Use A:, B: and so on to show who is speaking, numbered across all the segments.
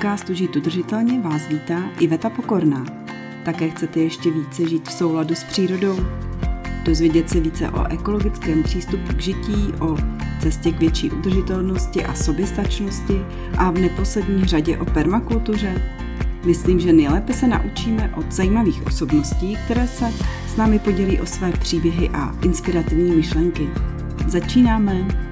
A: podcastu Žít udržitelně vás vítá Iveta Pokorná. Také chcete ještě více žít v souladu s přírodou? Dozvědět se více o ekologickém přístupu k žití, o cestě k větší udržitelnosti a soběstačnosti a v neposlední řadě o permakultuře? Myslím, že nejlépe se naučíme od zajímavých osobností, které se s námi podělí o své příběhy a inspirativní myšlenky. Začínáme!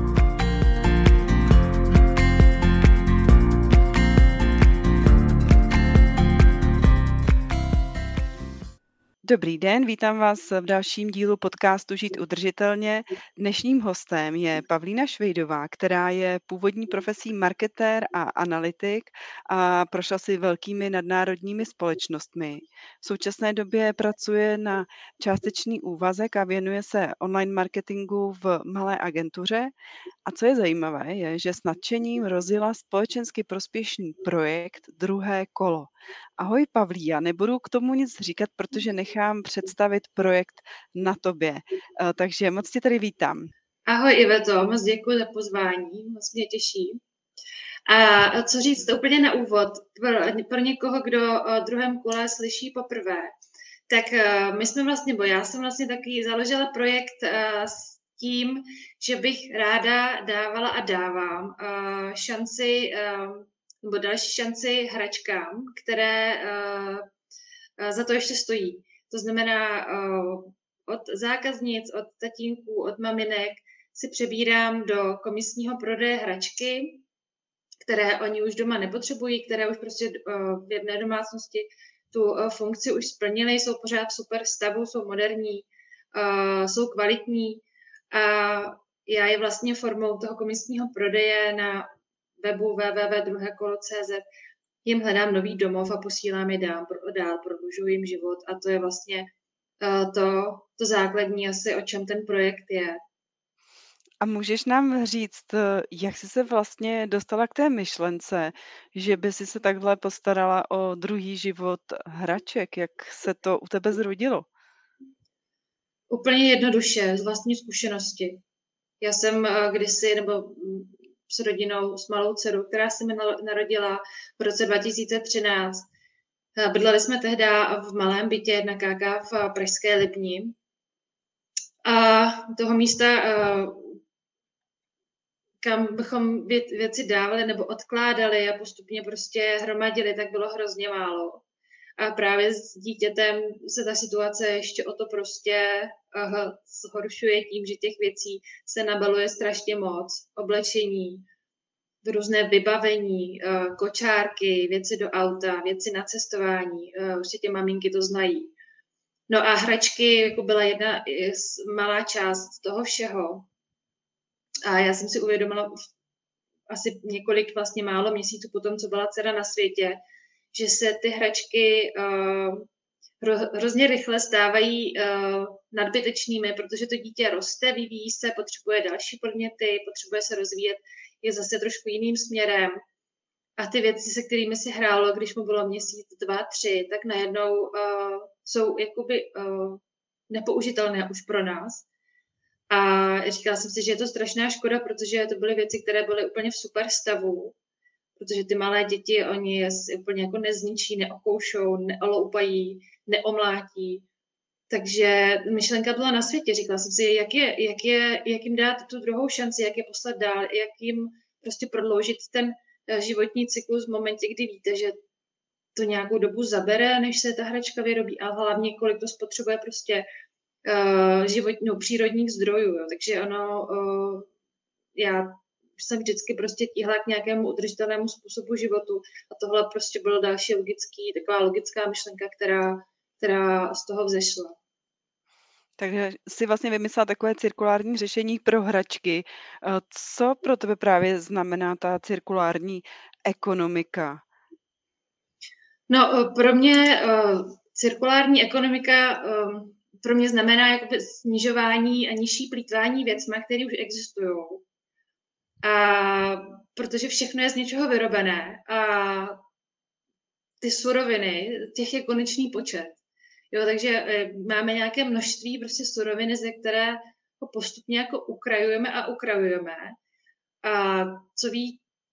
A: Dobrý den, vítám vás v dalším dílu podcastu Žít udržitelně. Dnešním hostem je Pavlína Švejdová, která je původní profesí marketér a analytik a prošla si velkými nadnárodními společnostmi. V současné době pracuje na částečný úvazek a věnuje se online marketingu v malé agentuře. A co je zajímavé, je, že s nadšením rozjela společensky prospěšný projekt Druhé kolo. Ahoj Pavlí, já nebudu k tomu nic říkat, protože nechám představit projekt na tobě. Takže moc tě tady vítám.
B: Ahoj Iveto, moc děkuji za pozvání, moc mě těší. A co říct úplně na úvod, pro někoho, kdo o druhém kole slyší poprvé, tak my jsme vlastně, bo já jsem vlastně taky založila projekt s tím, že bych ráda dávala a dávám šanci, nebo další šanci hračkám, které za to ještě stojí. To znamená, od zákaznic, od tatínků, od maminek si přebírám do komisního prodeje hračky, které oni už doma nepotřebují, které už prostě v jedné domácnosti tu funkci už splnily, jsou pořád v super stavu, jsou moderní, jsou kvalitní a já je vlastně formou toho komisního prodeje na webu www.druhekolo.cz jim hledám nový domov a posílám je dál, prodlužuji jim život a to je vlastně to základní asi, o čem ten projekt je.
A: A můžeš nám říct, jak jsi se vlastně dostala k té myšlence, že by si se takhle postarala o druhý život hraček? Jak se to u tebe zrodilo?
B: Úplně jednoduše, z vlastní zkušenosti. Já jsem kdysi, nebo s rodinou, s malou dcerou, která se mi narodila v roce 2013. Bydleli jsme tehdy v malém bytě na KK v pražské Lipni. A toho místa, kam bychom věci dávali nebo odkládali a postupně prostě hromadili, tak bylo hrozně málo. A právě s dítětem se ta situace ještě o to prostě zhoršuje tím, že těch věcí se nabaluje strašně moc. Oblečení, různé vybavení, kočárky, věci do auta, věci na cestování. Určitě maminky to znají. No a hračky jako byla jedna malá část toho všeho. A já jsem si uvědomila asi několik vlastně málo měsíců potom, co byla dcera na světě, že se ty hračky hrozně rychle stávají nadbytečnými, protože to dítě roste, vyvíjí se, potřebuje další podněty, potřebuje se rozvíjet, je zase trošku jiným směrem. A ty věci, se kterými si hrálo, když mu bylo měsíc, 2, 3, tak najednou jsou jakoby nepoužitelné už pro nás. A říkala jsem si, že je to strašná škoda, protože to byly věci, které byly úplně v super stavu, protože ty malé děti, oni je úplně jako nezničí, neokoušou, neoloupají, neomlátí. Takže myšlenka byla na světě. Říkala jsem si, jak jim dát tu druhou šanci, jak je poslat dál, jak jim prostě prodloužit ten životní cyklus v momentě, kdy víte, že to nějakou dobu zabere, než se ta hračka vyrobí, a hlavně kolik to spotřebuje prostě přírodních zdrojů. Jo. Takže já jsem vždycky prostě tíhla k nějakému udržitelnému způsobu životu a tohle prostě bylo další taková logická myšlenka, která z toho vzešla.
A: Takže si vlastně vymyslela takové cirkulární řešení pro hračky. Co pro tebe právě znamená ta cirkulární ekonomika?
B: No, pro mě cirkulární ekonomika pro mě znamená jakoby snižování a nižší plýtvání věcma, které už existují. A protože všechno je z něčeho vyrobené a ty suroviny, těch je konečný počet. Jo, takže máme nějaké množství prostě suroviny, ze které postupně jako ukrajujeme. A co ví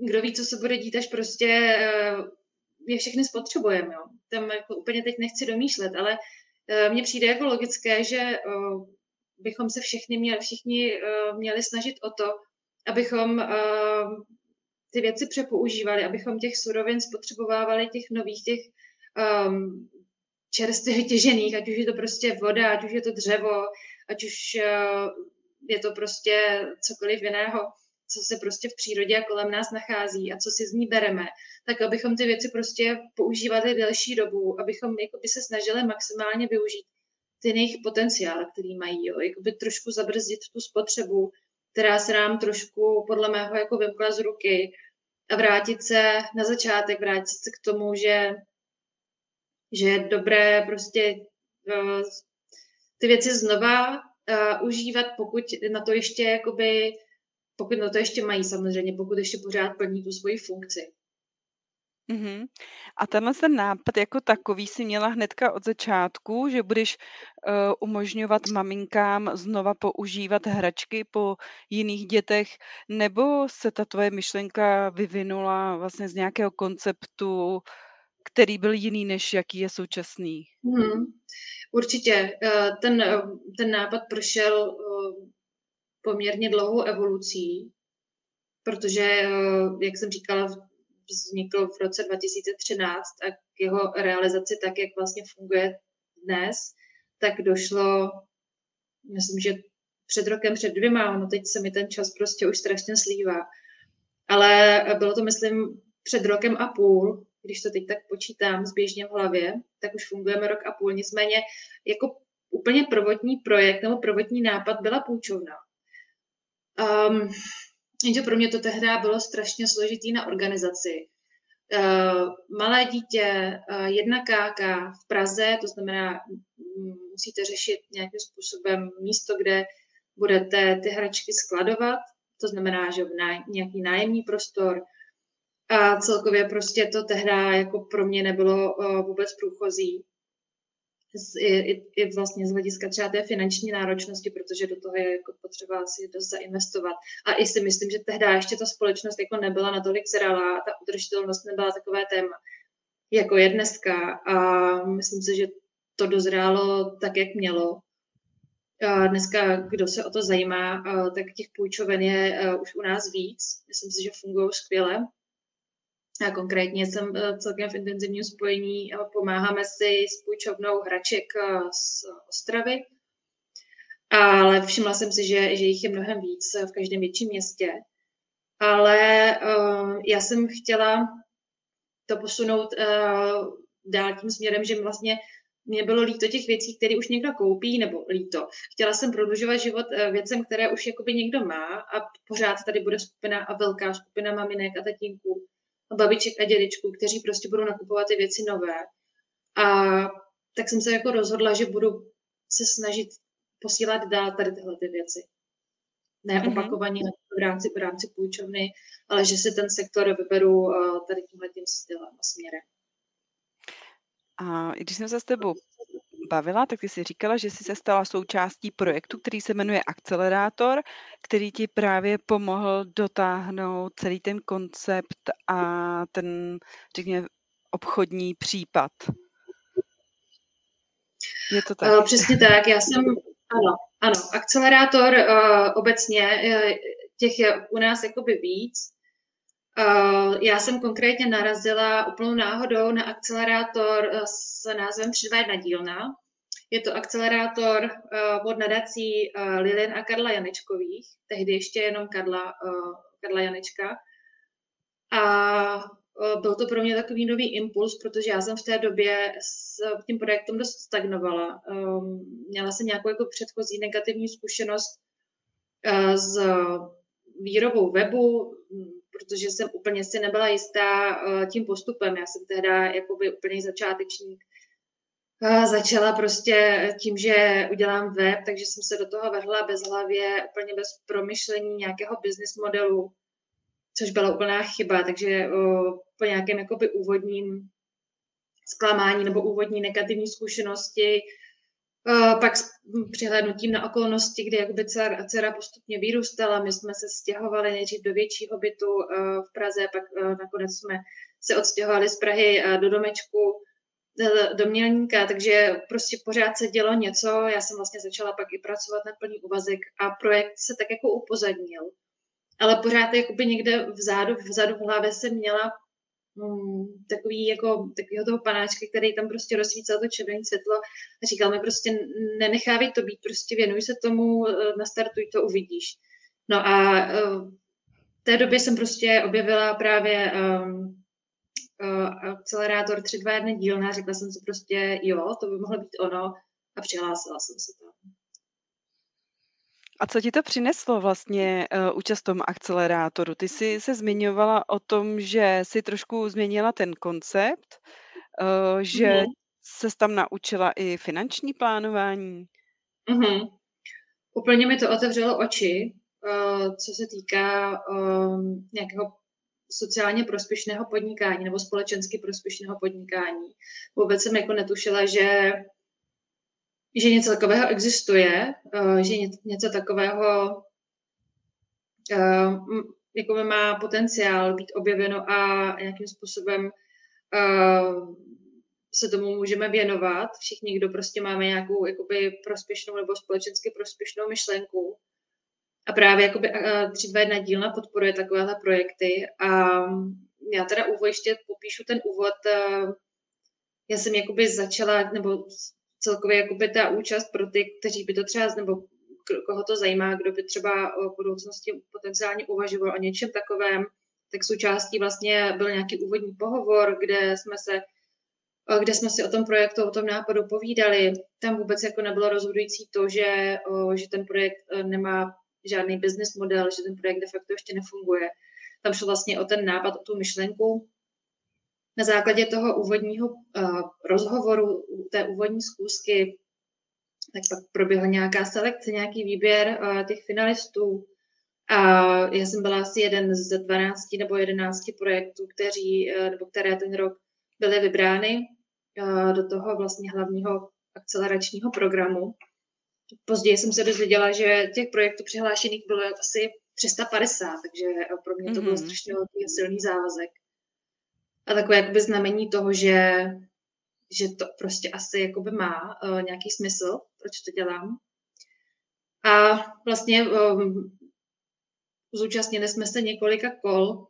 B: kdo ví, co se bude dít, až prostě je všechny spotřebujeme. Jo. Tam jako úplně teď nechci domýšlet, ale mně přijde jako logické, že bychom se všichni měli snažit o to, abychom ty věci přepoužívali, abychom těch surovin spotřebovávali těch nových, těch čerstvě vytěžených, ať už je to prostě voda, ať už je to dřevo, ať už je to prostě cokoliv jiného, co se prostě v přírodě a kolem nás nachází a co si z ní bereme, tak abychom ty věci prostě používali delší dobu, abychom jakoby se snažili maximálně využít ten jejich potenciál, který mají, jo, jakoby trošku zabrzdit tu spotřebu, která se nám trošku podle mého jako vymkla z ruky a vrátit se na začátek, vrátit se k tomu, že je dobré prostě ty věci znova užívat, pokud na to ještě mají samozřejmě, pokud ještě pořád plní tu svoji funkci.
A: Mhm. A tenhle ten nápad jako takový si měla hnedka od začátku, že budeš umožňovat maminkám znova používat hračky po jiných dětech, nebo se ta tvoje myšlenka vyvinula vlastně z nějakého konceptu, který byl jiný, než jaký je současný?
B: Mhm. Určitě. Ten nápad prošel poměrně dlouhou evolucí, protože, jak jsem říkala, vznikl v roce 2013 a k jeho realizaci tak, jak vlastně funguje dnes, tak došlo, myslím, že před rokem, před 2, no teď se mi ten čas prostě už strašně slívá. Ale bylo to, myslím, před 1,5 roku, když to teď tak počítám zběžně v hlavě, tak už fungujeme 1,5 roku. Nicméně jako úplně prvotní projekt nebo prvotní nápad byla půjčovna. Jenže pro mě to tehdy bylo strašně složitý na organizaci. Malé dítě, 1 KK v Praze, to znamená, musíte řešit nějakým způsobem místo, kde budete ty hračky skladovat, to znamená, že nějaký nájemní prostor. A celkově prostě to tehdy jako pro mě nebylo vůbec průchozí. I vlastně z hlediska třeba té finanční náročnosti, protože do toho je jako potřeba si dost zainvestovat. A i si myslím, že tehdy ještě ta společnost jako nebyla natolik zralá, ta udržitelnost nebyla takové téma, jako je dneska. A myslím si, že to dozrálo tak, jak mělo. A dneska, kdo se o to zajímá, tak těch půjčoven je už u nás víc. Myslím si, že fungují skvěle. A konkrétně jsem celkem v intenzivním spojení, pomáháme si s půjčovnou hraček z Ostravy, ale všimla jsem si, že jich je mnohem víc v každém větším městě. Ale já jsem chtěla to posunout dál tím směrem, že vlastně mě bylo líto těch věcí, které už někdo koupí, nebo líto. Chtěla jsem prodlužovat život věcem, které už jakoby někdo má a pořád tady bude skupina a velká skupina maminek a tatínků, babiček a dědečků, kteří prostě budou nakupovat ty věci nové. A tak jsem se jako rozhodla, že budu se snažit posílat dál tady tyhle ty věci. Ne opakovaně v rámci půjčovny, ale že si ten sektor vyberu tady tímhletím stylem a směrem.
A: A když jsem se s tebou bavila, tak ty jsi říkala, že jsi se stala součástí projektu, který se jmenuje Akcelerátor, který ti právě pomohl dotáhnout celý ten koncept a ten, řekněme, obchodní případ. Je to tak?
B: Přesně tak. Ano. Akcelerátor obecně, těch je u nás jakoby víc. Já jsem konkrétně narazila úplnou náhodou na akcelerátor s názvem 321 dílna. Je to akcelerátor od nadací Lilian a Karla Janečkových, tehdy ještě jenom Karla Janečka. A byl to pro mě takový nový impuls, protože já jsem v té době s tím projektem dost stagnovala. Měla jsem nějakou jako předchozí negativní zkušenost s výrobou webu, protože jsem úplně si nebyla jistá tím postupem. Já jsem tehdy jakoby úplně začátečník. Začala prostě tím, že udělám web, takže jsem se do toho vrhla bezhlavě, úplně bez promyšlení nějakého business modelu, což byla úplná chyba, takže po nějakém jakoby úvodním zklamání nebo úvodní negativní zkušenosti Pak s přihlédnutím na okolnosti, kdy jakoby dcera postupně vyrůstala, my jsme se stěhovali nejdřív do většího bytu v Praze, pak nakonec jsme se odstěhovali z Prahy do domečku do Mělníka, takže prostě pořád se dělo něco. Já jsem vlastně začala pak i pracovat na plný úvazek a projekt se tak jako upozadnil. Ale pořád jakoby někde vzadu v hlavě jsem měla takovýho toho panáčka, který tam prostě rozsvícel to červené světlo a říkal mi prostě nenechávej to být, prostě věnuj se tomu, nastartuj to, uvidíš. No a v té době jsem prostě objevila právě akcelerátor 321 dílna, řekla jsem si prostě jo, to by mohlo být ono a přihlásila jsem se tam.
A: A co ti to přineslo vlastně, účast v tom akcelerátoru? Ty jsi se zmiňovala o tom, že jsi trošku změnila ten koncept, že
B: Mhm.
A: ses tam naučila i finanční plánování?
B: Mhm. Úplně mi to otevřelo oči, co se týká nějakého sociálně prospěšného podnikání nebo společensky prospěšného podnikání. Vůbec jsem jako netušila, že něco takového existuje, že něco takového jako má potenciál být objeveno a nějakým způsobem se tomu můžeme věnovat. Všichni, kdo prostě máme nějakou jakoby prospěšnou nebo společensky prospěšnou myšlenku. A právě jakoby 321 dílna podporuje takovéhle projekty. A já teda ještě popíšu ten úvod. Já jsem jakoby začala, nebo celkově jakoby ta účast pro ty, kteří by to třeba, nebo koho to zajímá, kdo by třeba o budoucnosti potenciálně uvažoval o něčem takovém, tak součástí vlastně byl nějaký úvodní pohovor, kde jsme si o tom projektu, o tom nápadu povídali. Tam vůbec jako nebylo rozhodující to, že ten projekt nemá žádný business model, že ten projekt de facto ještě nefunguje. Tam šlo vlastně o ten nápad, o tu myšlenku. Na základě toho úvodního rozhovoru, té úvodní schůzky, tak pak proběhla nějaká selekce, nějaký výběr těch finalistů. A já jsem byla asi jeden z 12 nebo 11 projektů, které ten rok byly vybrány do toho vlastně hlavního akceleračního programu. Později jsem se dozvěděla, že těch projektů přihlášených bylo asi 350, takže pro mě to byl strašně velký a silný závazek. A takové jakoby znamení toho, že to prostě asi jakoby má nějaký smysl, proč to dělám. A vlastně zúčastnili jsme se několika kol,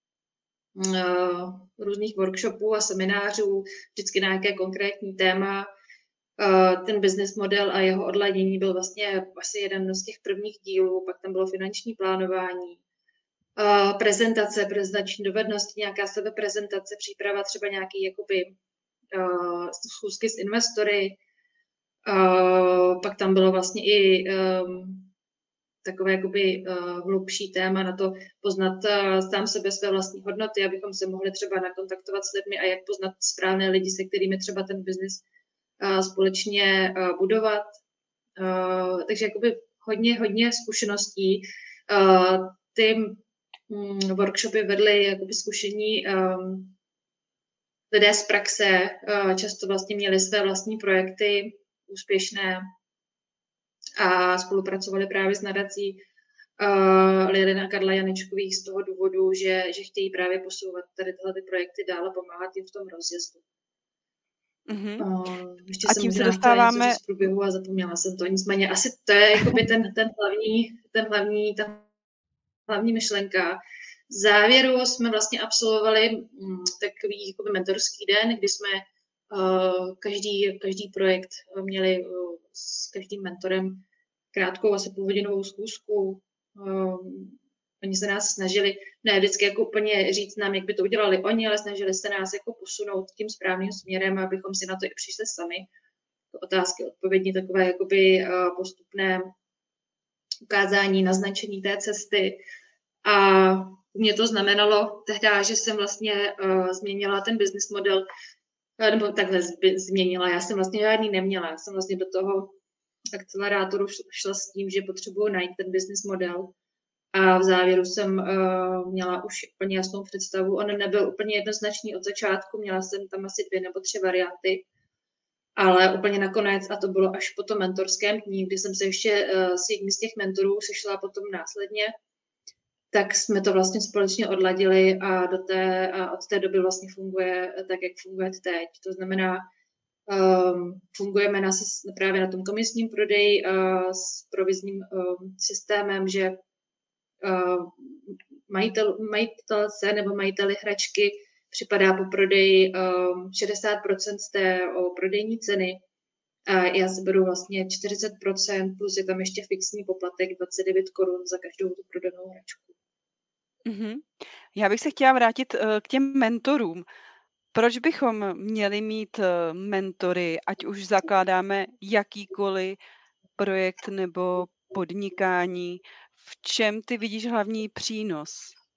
B: různých workshopů a seminářů, vždycky na nějaké konkrétní téma. Ten business model a jeho odladění byl vlastně asi jeden z těch prvních dílů, pak tam bylo finanční plánování, prezentace, prezentační dovednosti, nějaká sebeprezentace, příprava třeba nějaký jakoby schůzky s investory. Pak tam bylo vlastně i takové jakoby hlubší téma na to poznat sám sebe, své vlastní hodnoty, abychom se mohli třeba nakontaktovat s lidmi a jak poznat správné lidi, se kterými třeba ten biznis společně budovat. Takže jakoby hodně zkušeností. Ty workshopy vedly jakoby zkušení lidé z praxe, často vlastně měli své vlastní projekty úspěšné a spolupracovali právě s nadací Lily a Karla Janečkových z toho důvodu, že chtějí právě posouvat tady tyhle ty projekty dál a pomáhat jim v tom rozjezdu. Ještě
A: A
B: jsem
A: tím se
B: možná chtěla něco
A: dostáváme...
B: říct v průběhu a zapomněla jsem to. Nicméně asi to je jakoby ta hlavní myšlenka. V závěru jsme vlastně absolvovali takový jakoby mentorský den, kdy jsme každý projekt měli s každým mentorem krátkou, asi půlhodinovou schůzku. Oni se nás snažili ne vždycky jako úplně říct nám, jak by to udělali oni, ale snažili se nás jako posunout tím správným směrem, abychom si na to i přišli sami. Otázky, odpovědi, takové jakoby postupné ukázání, naznačení té cesty. A mě to znamenalo tehdy, že jsem vlastně změnila ten business model, nebo takhle změnila. Já jsem vlastně žádný neměla. Já jsem vlastně do toho akcelerátoru šla s tím, že potřebuji najít ten business model. A v závěru jsem měla už úplně jasnou představu. On nebyl úplně jednoznačný od začátku, měla jsem tam asi 2 nebo 3 varianty. Ale úplně nakonec, a to bylo až po tom mentorském dní, kdy jsem se ještě s jedním z těch mentorů sešla potom následně, tak jsme to vlastně společně odladili a od té doby vlastně funguje tak, jak funguje teď. To znamená, fungujeme právě na tom komisním prodeji s provizním systémem, že majitelce nebo majiteli hračky připadá po prodeji 60% z té prodejní ceny. A já si beru vlastně 40%, plus je tam ještě fixní poplatek 29 korun za každou tu prodanou hračku.
A: Mhm. Já bych se chtěla vrátit k těm mentorům. Proč bychom měli mít mentory, ať už zakládáme jakýkoliv projekt nebo podnikání? V čem ty vidíš hlavní přínos?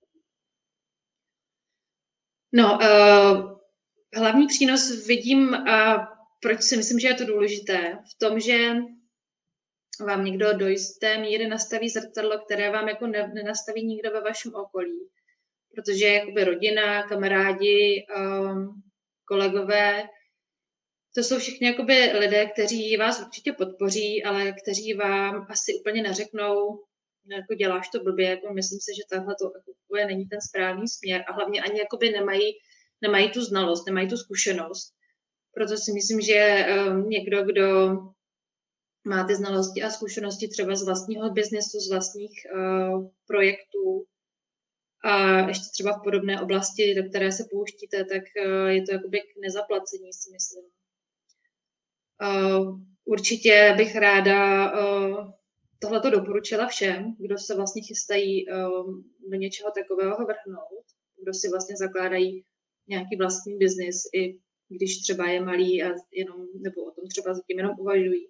B: No, hlavní přínos vidím, a proč si myslím, že je to důležité, v tom, že vám někdo do jisté míry nastaví zrcadlo, které vám jako nenastaví nikdo ve vašem okolí. Protože jakoby rodina, kamarádi, kolegové, to jsou všichni jakoby lidé, kteří vás určitě podpoří, ale kteří vám asi úplně neřeknou, jako děláš to blbě, jako myslím si, že tahle to jako není ten správný směr a hlavně ani jakoby nemají tu znalost, nemají tu zkušenost. Proto si myslím, že někdo, kdo má ty znalosti a zkušenosti třeba z vlastního biznesu, z vlastních projektů a ještě třeba v podobné oblasti, do které se pouštíte, tak je to jakoby k nezaplacení, si myslím. Určitě bych ráda tohleto doporučila všem, kdo se vlastně chystají do něčeho takového vrhnout, kdo si vlastně zakládají nějaký vlastní biznis, i když třeba je malý a jenom, nebo o tom třeba zatím jenom uvažují.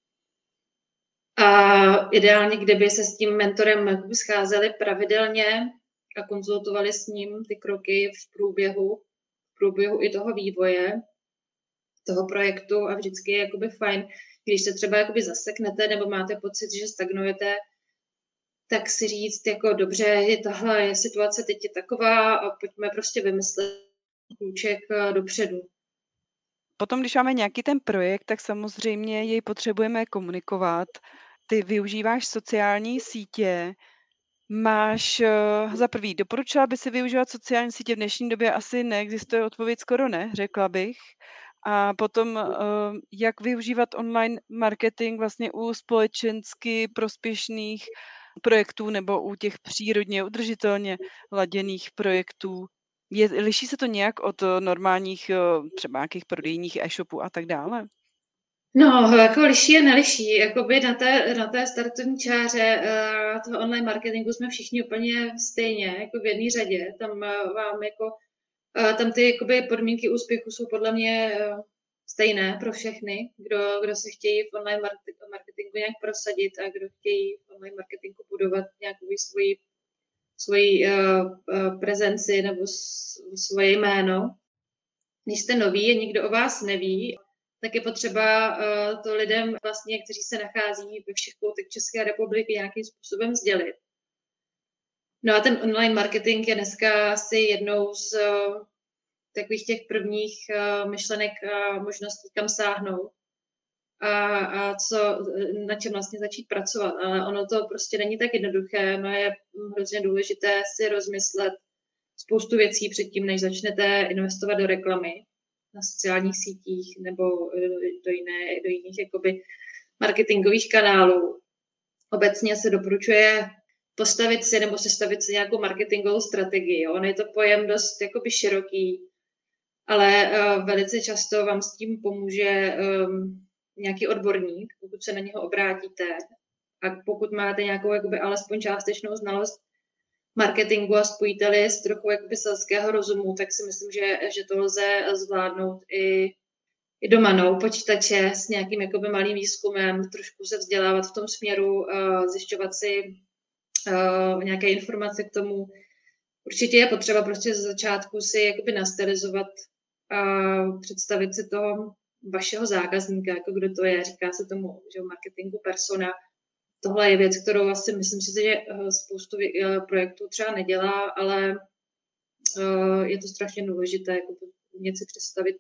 B: A ideálně, kdyby se s tím mentorem scházeli pravidelně a konzultovali s ním ty kroky v průběhu i toho vývoje, toho projektu, a vždycky je jakoby fajn, když se třeba jakoby zaseknete nebo máte pocit, že stagnujete, tak si říct, jako dobře, je situace teď je taková a pojďme prostě vymyslet krůček dopředu.
A: Potom, když máme nějaký ten projekt, tak samozřejmě jej potřebujeme komunikovat. Ty využíváš sociální sítě, máš za prvý, doporučila by si využívat sociální sítě? V dnešní době asi neexistuje odpověď, skoro ne, řekla bych. A potom, jak využívat online marketing vlastně u společensky prospěšných projektů nebo u těch přírodně udržitelně laděných projektů? Liší se to nějak od normálních třeba nějakých prodejních e-shopů a tak dále?
B: No, jako liší a neliší. Jakoby na té startovní čáře toho online marketingu jsme všichni úplně stejně, jako v jedné řadě. Tam ty jakoby podmínky úspěchu jsou podle mě stejné pro všechny, kdo se chtějí v online marketingu nějak prosadit a kdo chtějí v online marketingu budovat nějakou svoji prezenci nebo svoje jméno. Když jste noví a nikdo o vás neví, tak je potřeba to lidem, vlastně, kteří se nachází ve všech koutech České republiky, nějakým způsobem sdělit. No a ten online marketing je dneska asi jednou z takových těch prvních myšlenek a možností, kam sáhnout a na čem vlastně začít pracovat. Ale ono to prostě není tak jednoduché, no je hrozně důležité si rozmyslet spoustu věcí předtím, než začnete investovat do reklamy na sociálních sítích nebo do jiných jakoby marketingových kanálů. Obecně se doporučuje postavit si nebo sestavit si nějakou marketingovou strategii. On je to pojem dost jakoby široký, ale velice často vám s tím pomůže nějaký odborník, pokud se na něho obrátíte a pokud máte nějakou jakoby alespoň částečnou znalost marketingu a spojíte-li s trochu jakoby selského rozumu, tak si myslím, že to lze zvládnout i doma, no, počítače s nějakým jakoby malým výzkumem, trošku se vzdělávat v tom směru, zjišťovat si nějaké informace k tomu. Určitě je potřeba prostě ze začátku si jakoby nastylizovat a představit si toho vašeho zákazníka, jako kdo to je, říká se tomu, že marketingu persona. Tohle je věc, kterou asi myslím si, že spoustu projektů třeba nedělá, ale je to strašně důležité, jako umět si představit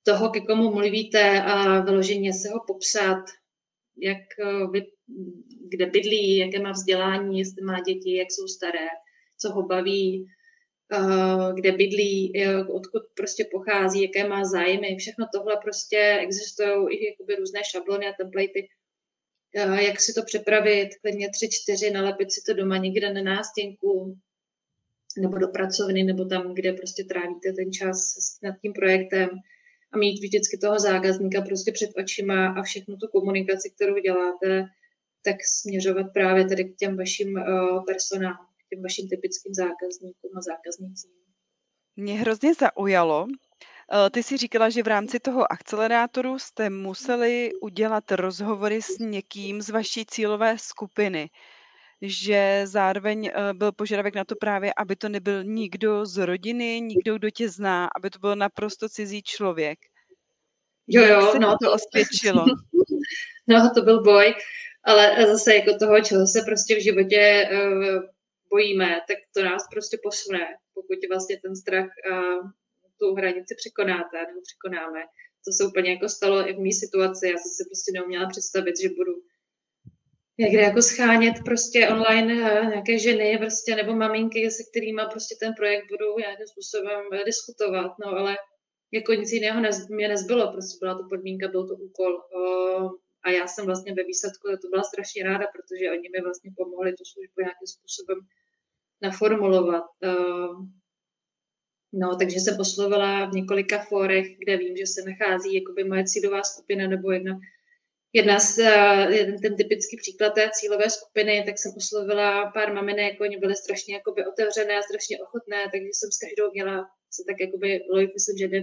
B: toho, ke komu mluvíte a vyloženě se ho popsat, jak kde bydlí, jaké má vzdělání, jestli má děti, jak jsou staré, co ho baví, kde bydlí, odkud prostě pochází, jaké má zájmy. Všechno tohle prostě existují i jakoby různé šablony a templatey, jak si to připravit, klidně 3, 4, nalepit si to doma někde na nástěnku, nebo do pracovny, nebo tam, kde prostě trávíte ten čas nad tím projektem a mít vždycky toho zákazníka prostě před očima a všechnu tu komunikaci, kterou děláte, tak směřovat právě tady k těm vašim personám, k těm vašim typickým zákazníkům a zákaznicím.
A: Mě hrozně zaujalo. Ty jsi říkala, že v rámci toho akcelerátoru jste museli udělat rozhovory s někým z vaší cílové skupiny, že zároveň byl požadavek na to právě, aby to nebyl nikdo z rodiny, nikdo, kdo tě zná, aby to byl naprosto cizí člověk. Jak
B: Jo,
A: se
B: no
A: ti to osvědčilo?
B: No, to byl boj, ale zase jako toho, čeho se prostě v životě bojíme, tak to nás prostě posune, pokud vlastně ten strach tu hranici překonáte nebo překonáme. To se úplně jako stalo i v mý situaci. Já jsem si prostě neuměla představit, že budu někde jako schánět prostě online nějaké ženy prostě, nebo maminky, se kterými prostě ten projekt budu nějakým způsobem diskutovat. No ale jako nic jiného mě nezbylo, prostě byla to podmínka, byl to úkol. A já jsem vlastně ve výsledku to byla strašně ráda, protože oni mi vlastně pomohli tu službu nějakým způsobem naformulovat. No, takže jsem oslovila v několika fórech, kde vím, že se nachází jakoby moje cílová skupina nebo jeden ten typický příklad té cílové skupiny, tak jsem oslovila pár maminek, oni byly strašně jakoby otevřené a strašně ochotné, takže jsem s každou měla se tak jakoby, myslím, že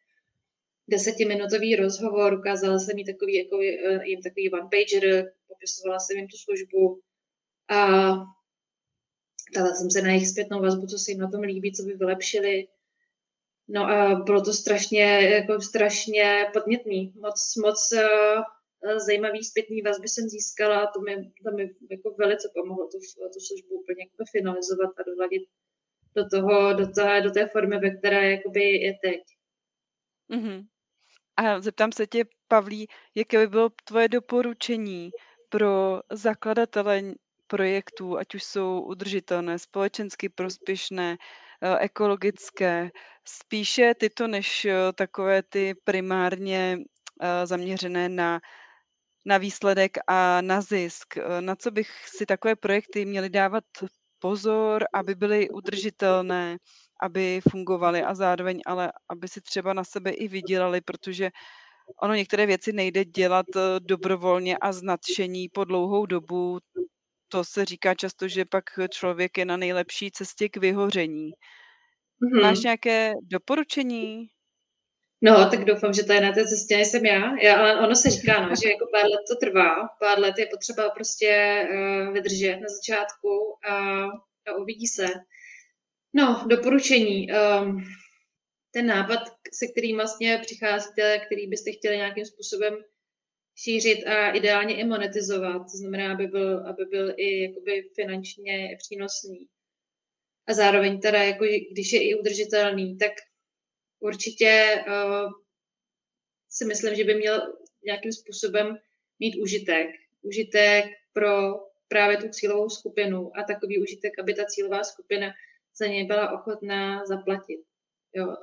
B: 10minutový rozhovor, ukázala jsem jí jim takový one-pager, popisovala jsem jim tu službu a dala jsem se na jejich zpětnou vazbu, co se jim na tom líbí, co by vylepšili. No a bylo to strašně podnětný. Moc zajímavý zpětný vazby jsem získala, to mi jako velice pomohlo tu službu úplně jako finalizovat a doladit do té formy, ve které jakoby je teď.
A: Mm-hmm. A zeptám se tě, Pavlí, jaké by bylo tvoje doporučení pro zakladatele projektů, ať už jsou udržitelné, společensky prospěšné, ekologické, spíše tyto než takové ty primárně zaměřené na výsledek a na zisk. Na co bych si takové projekty měly dávat pozor, aby byly udržitelné, aby fungovaly a zároveň ale aby si třeba na sebe i vydělali, protože ono některé věci nejde dělat dobrovolně a z nadšení po dlouhou dobu. To se říká často, že pak člověk je na nejlepší cestě k vyhoření. Máš nějaké doporučení?
B: No, tak doufám, že tady na té cestě nejsem ale ono se říká, no, že jako pár let to trvá, pár let je potřeba prostě vydržet na začátku a uvidí se. No, doporučení. Ten nápad, se kterým vlastně přicházíte, který byste chtěli nějakým způsobem šířit a ideálně i monetizovat, to znamená, aby byl i jakoby finančně přínosný. A zároveň teda, jako, když je i udržitelný, tak určitě si myslím, že by měl nějakým způsobem mít užitek. Užitek pro právě tu cílovou skupinu a takový užitek, aby ta cílová skupina za něj byla ochotná zaplatit. Jo,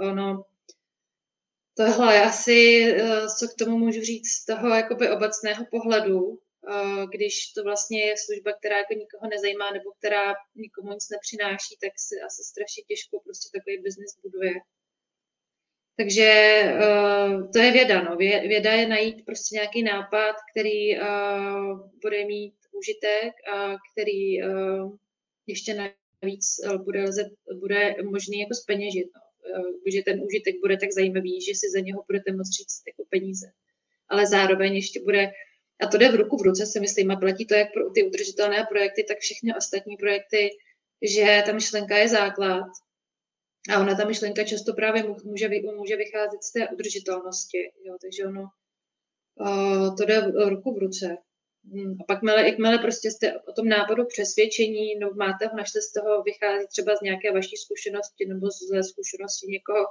B: tohle je asi, co k tomu můžu říct z toho jakoby obecného pohledu, když to vlastně je služba, která jako nikoho nezajímá nebo která nikomu nic nepřináší, tak se asi strašně těžko prostě takový biznis buduje. Takže to je věda. No. Věda je najít prostě nějaký nápad, který bude mít užitek a který ještě navíc bude možný jako zpeněžit. No. Že ten užitek bude tak zajímavý, že si za něho budete moct říct jako peníze. Ale zároveň ještě bude, a to jde v ruku v ruce, si myslím, a platí to jak pro ty udržitelné projekty, tak všechny ostatní projekty, že ta myšlenka je základ. A ona, ta myšlenka často právě může vycházet z té udržitelnosti. Jo, takže to jde ruku v ruce. A pak jakmile prostě jste o tom nápadu přesvědčení, no máte ho, našli z toho, vychází třeba z nějaké vaší zkušenosti nebo ze zkušenosti někoho,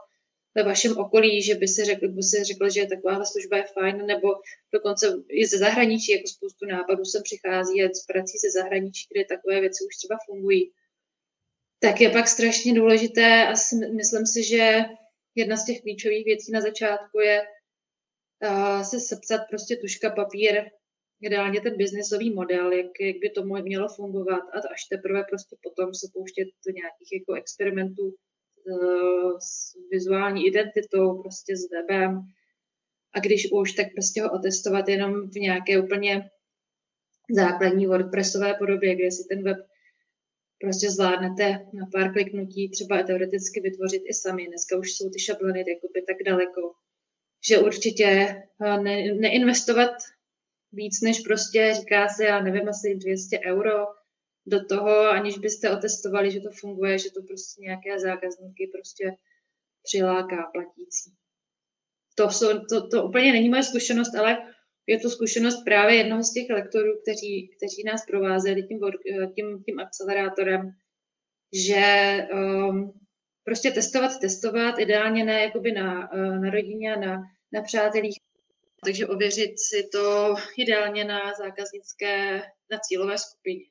B: ve vašem okolí, že by si řekl, že takováhle služba je fajn, nebo dokonce i ze zahraničí, jako spoustu nápadů sem přichází a z prací ze zahraničí, kde takové věci už třeba fungují. Tak je pak strašně důležité a myslím si, že jedna z těch klíčových věcí na začátku je se sepsat prostě tužka papír, ideálně ten biznesový model, jak by to mělo fungovat a až teprve prostě potom se pouštět do nějakých jako experimentů s vizuální identitou, prostě s webem. A když už, tak prostě ho otestovat jenom v nějaké úplně základní WordPressové podobě, kde si ten web prostě zvládnete na pár kliknutí třeba teoreticky vytvořit i sami. Dneska už jsou ty šablony jakoby tak daleko, že určitě neinvestovat víc než prostě, říká se, já nevím, asi 200 euro do toho, aniž byste otestovali, že to funguje, že to prostě nějaké zákazníky prostě přiláká platící. To úplně není moje zkušenost, ale je to zkušenost právě jednoho z těch lektorů, kteří nás provázeli tím akcelerátorem, že prostě testovat, ideálně ne jakoby na rodině, na přátelích, takže ověřit si to ideálně na na cílové skupině.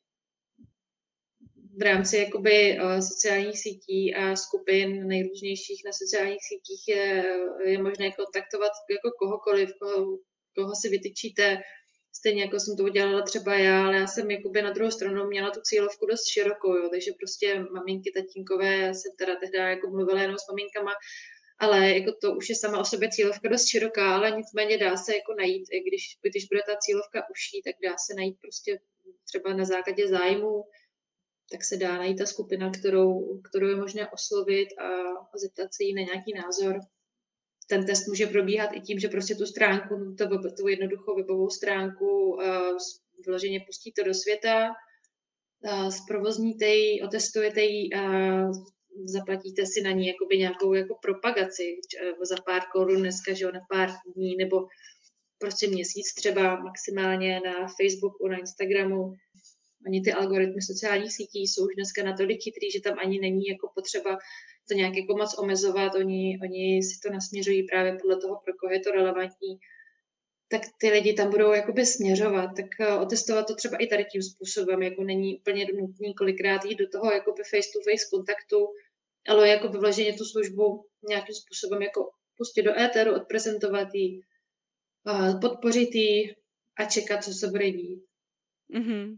B: V rámci jakoby sociálních sítí a skupin nejrůznějších na sociálních sítích je možné kontaktovat jako kohokoliv, koho si vytyčíte, stejně jako jsem to udělala třeba já, ale já jsem jakoby na druhou stranu měla tu cílovku dost širokou, jo, takže prostě maminky, tatínkové, já jsem teda tehdy jako mluvila jenom s maminkama, ale jako to už je sama o sobě cílovka dost široká, ale nicméně dá se jako najít, když bude ta cílovka užší, tak dá se najít prostě třeba na základě zájmu, tak se dá najít ta skupina, kterou je možné oslovit a zeptat se jí na nějaký názor. Ten test může probíhat i tím, že prostě tu stránku, tu jednoduchou webovou stránku vyloženě pustíte do světa, zprovozníte ji, otestujete ji a zaplatíte si na ní jakoby nějakou jako propagaci za pár korun dneska, že jo, na pár dní, nebo prostě měsíc třeba maximálně na Facebooku, na Instagramu. Oni ty algoritmy sociálních sítí jsou už dneska natolik chytrý, že tam ani není jako potřeba to nějak jako moc omezovat. Oni si to nasměřují právě podle toho, pro koho je to relevantní. Tak ty lidi tam budou jakoby směřovat. Tak otestovat to třeba i tady tím způsobem, jako není úplně nutný kolikrát jít do toho jakoby face-to-face kontaktu, ale jako vyvlaženě tu službu nějakým způsobem jako pustit do éteru, odprezentovat ji, podpořit ji a čekat, co se bude dít.
A: Mhm.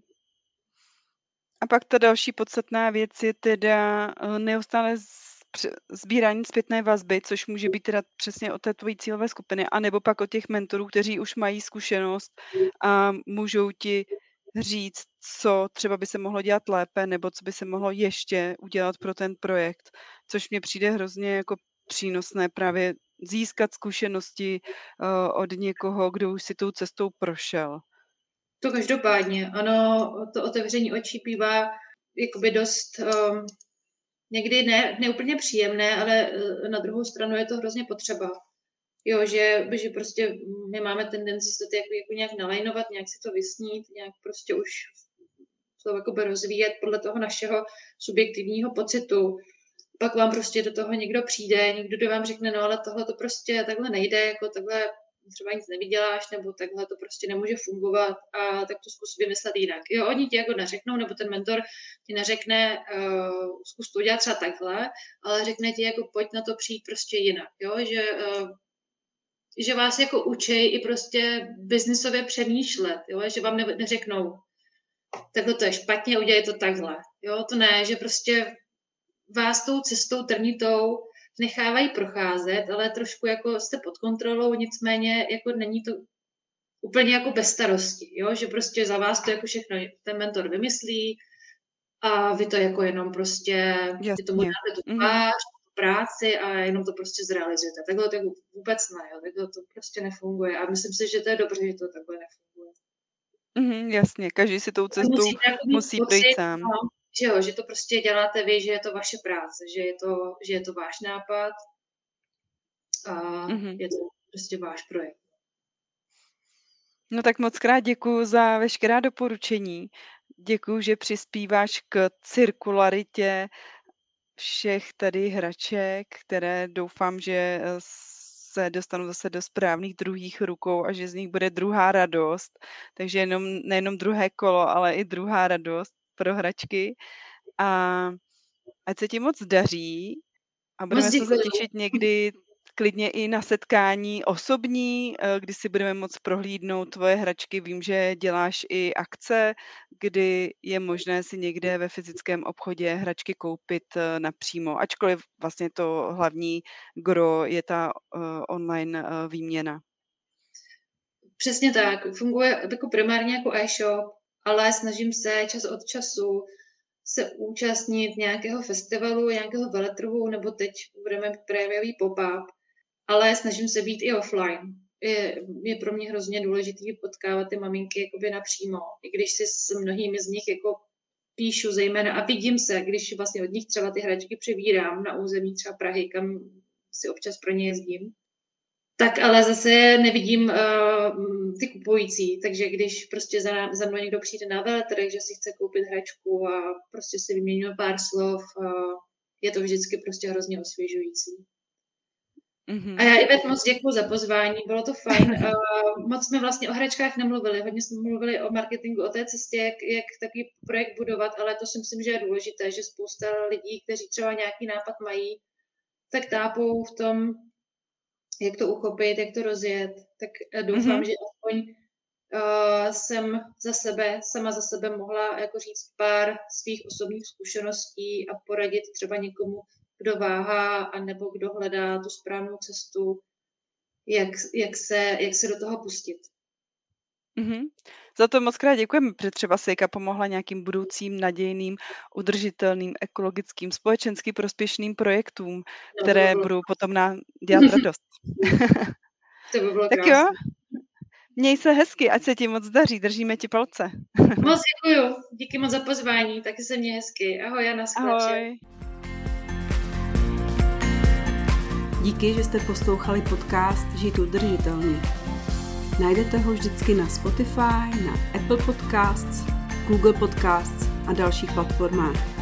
A: A pak ta další podstatná věc je teda neustále sbírání zpětné vazby, což může být teda přesně od té tvojí cílové skupiny, anebo pak od těch mentorů, kteří už mají zkušenost a můžou ti říct, co třeba by se mohlo dělat lépe, nebo co by se mohlo ještě udělat pro ten projekt, což mně přijde hrozně jako přínosné právě získat zkušenosti od někoho, kdo už si tou cestou prošel.
B: To každopádně, ano, to otevření očí bývá jakoby dost někdy ne úplně příjemné, ale na druhou stranu je to hrozně potřeba. Jo, že prostě my máme tendenci se to jako nějak nalajnovat, nějak si to vysnít, nějak prostě už to jakoby rozvíjet podle toho našeho subjektivního pocitu. Pak vám prostě do toho někdo přijde, někdo vám řekne, no ale tohle to prostě takhle nejde, jako takhle třeba nic nevyděláš, nebo takhle to prostě nemůže fungovat a tak to zkus vymyslet jinak. Jo, oni ti jako neřeknou, nebo ten mentor ti neřekne, zkus to udělat třeba takhle, ale řekne ti jako pojď na to přijít prostě jinak, jo, že vás jako učej i prostě biznisově přemýšlet, jo, že vám neřeknou, takhle to je špatně, udělej to takhle, jo, to ne, že prostě vás tou cestou trnitou nechávají procházet, ale trošku jako jste pod kontrolou, nicméně jako není to úplně jako bez starosti, jo? Že prostě za vás to jako všechno ten mentor vymyslí a vy to jako jenom prostě, vy tomu dáte tu tvář, tu práci a jenom to prostě zrealizujete. Takhle to vůbec ne, jo? Takhle to prostě nefunguje a myslím si, že to je dobře, že to takhle nefunguje.
A: Jasně, každý si tou cestou musí projít sám.
B: No, že jo, že to prostě děláte vy, že je to vaše práce, že je to váš nápad a je to prostě váš projekt.
A: No tak moc krát děkuju za veškerá doporučení. Děkuju, že přispíváš k cirkularitě všech tady hraček, které doufám, že se dostanou zase do správných druhých rukou a že z nich bude druhá radost. Takže nejenom druhé kolo, ale i druhá radost pro hračky. A ať se ti moc daří a
B: Moc
A: budeme se zase
B: děkuju.
A: těšit někdy klidně i na setkání osobní, kdy si budeme moct prohlídnout tvoje hračky. Vím, že děláš i akce, kdy je možné si někde ve fyzickém obchodě hračky koupit napřímo, ačkoliv vlastně to hlavní gro je ta online výměna.
B: Přesně tak. Funguje jako primárně jako e-shop, ale snažím se čas od času se účastnit nějakého festivalu, nějakého veletrhu, nebo teď budeme mít prémiový pop-up, ale snažím se být i offline. Je pro mě hrozně důležitý potkávat ty maminky jakoby napřímo, i když si s mnohými z nich jako píšu zejména a vidím se, když vlastně od nich třeba ty hračky přebírám na území třeba Prahy, kam si občas pro ně jezdím. Tak ale zase nevidím ty kupující, takže když prostě za mnou někdo přijde na veletrh, že si chce koupit hračku a prostě si vyměňujeme pár slov, je to vždycky prostě hrozně osvěžující. Mm-hmm. A já Ivet moc děkuju za pozvání, bylo to fajn. Moc jsme vlastně o hračkách nemluvili, hodně jsme mluvili o marketingu, o té cestě, jak takový projekt budovat, ale to si myslím, že je důležité, že spousta lidí, kteří třeba nějaký nápad mají, tak tápou v tom, jak to uchopit, jak to rozjet, tak doufám, že aspoň jsem sama za sebe mohla jako říct pár svých osobních zkušeností a poradit třeba někomu, kdo váhá, anebo kdo hledá tu správnou cestu, jak se do toho pustit.
A: Mm-hmm. Za to moc krát děkujeme, protože třeba Sejka pomohla nějakým budoucím nadějným, udržitelným, ekologickým, společensky prospěšným projektům, které budou potom nám dělat radost.
B: To by bylo
A: tak
B: krásné.
A: jo, měj se hezky, ať se ti moc daří, držíme ti palce.
B: Moc děkuju, díky moc za pozvání, taky se měj hezky. Ahoj a naschle.
A: Ahoj.
C: Díky, že jste poslouchali podcast Žít udržitelně. Najdete ho vždycky na Spotify, na Apple Podcasts, Google Podcasts a dalších platformách.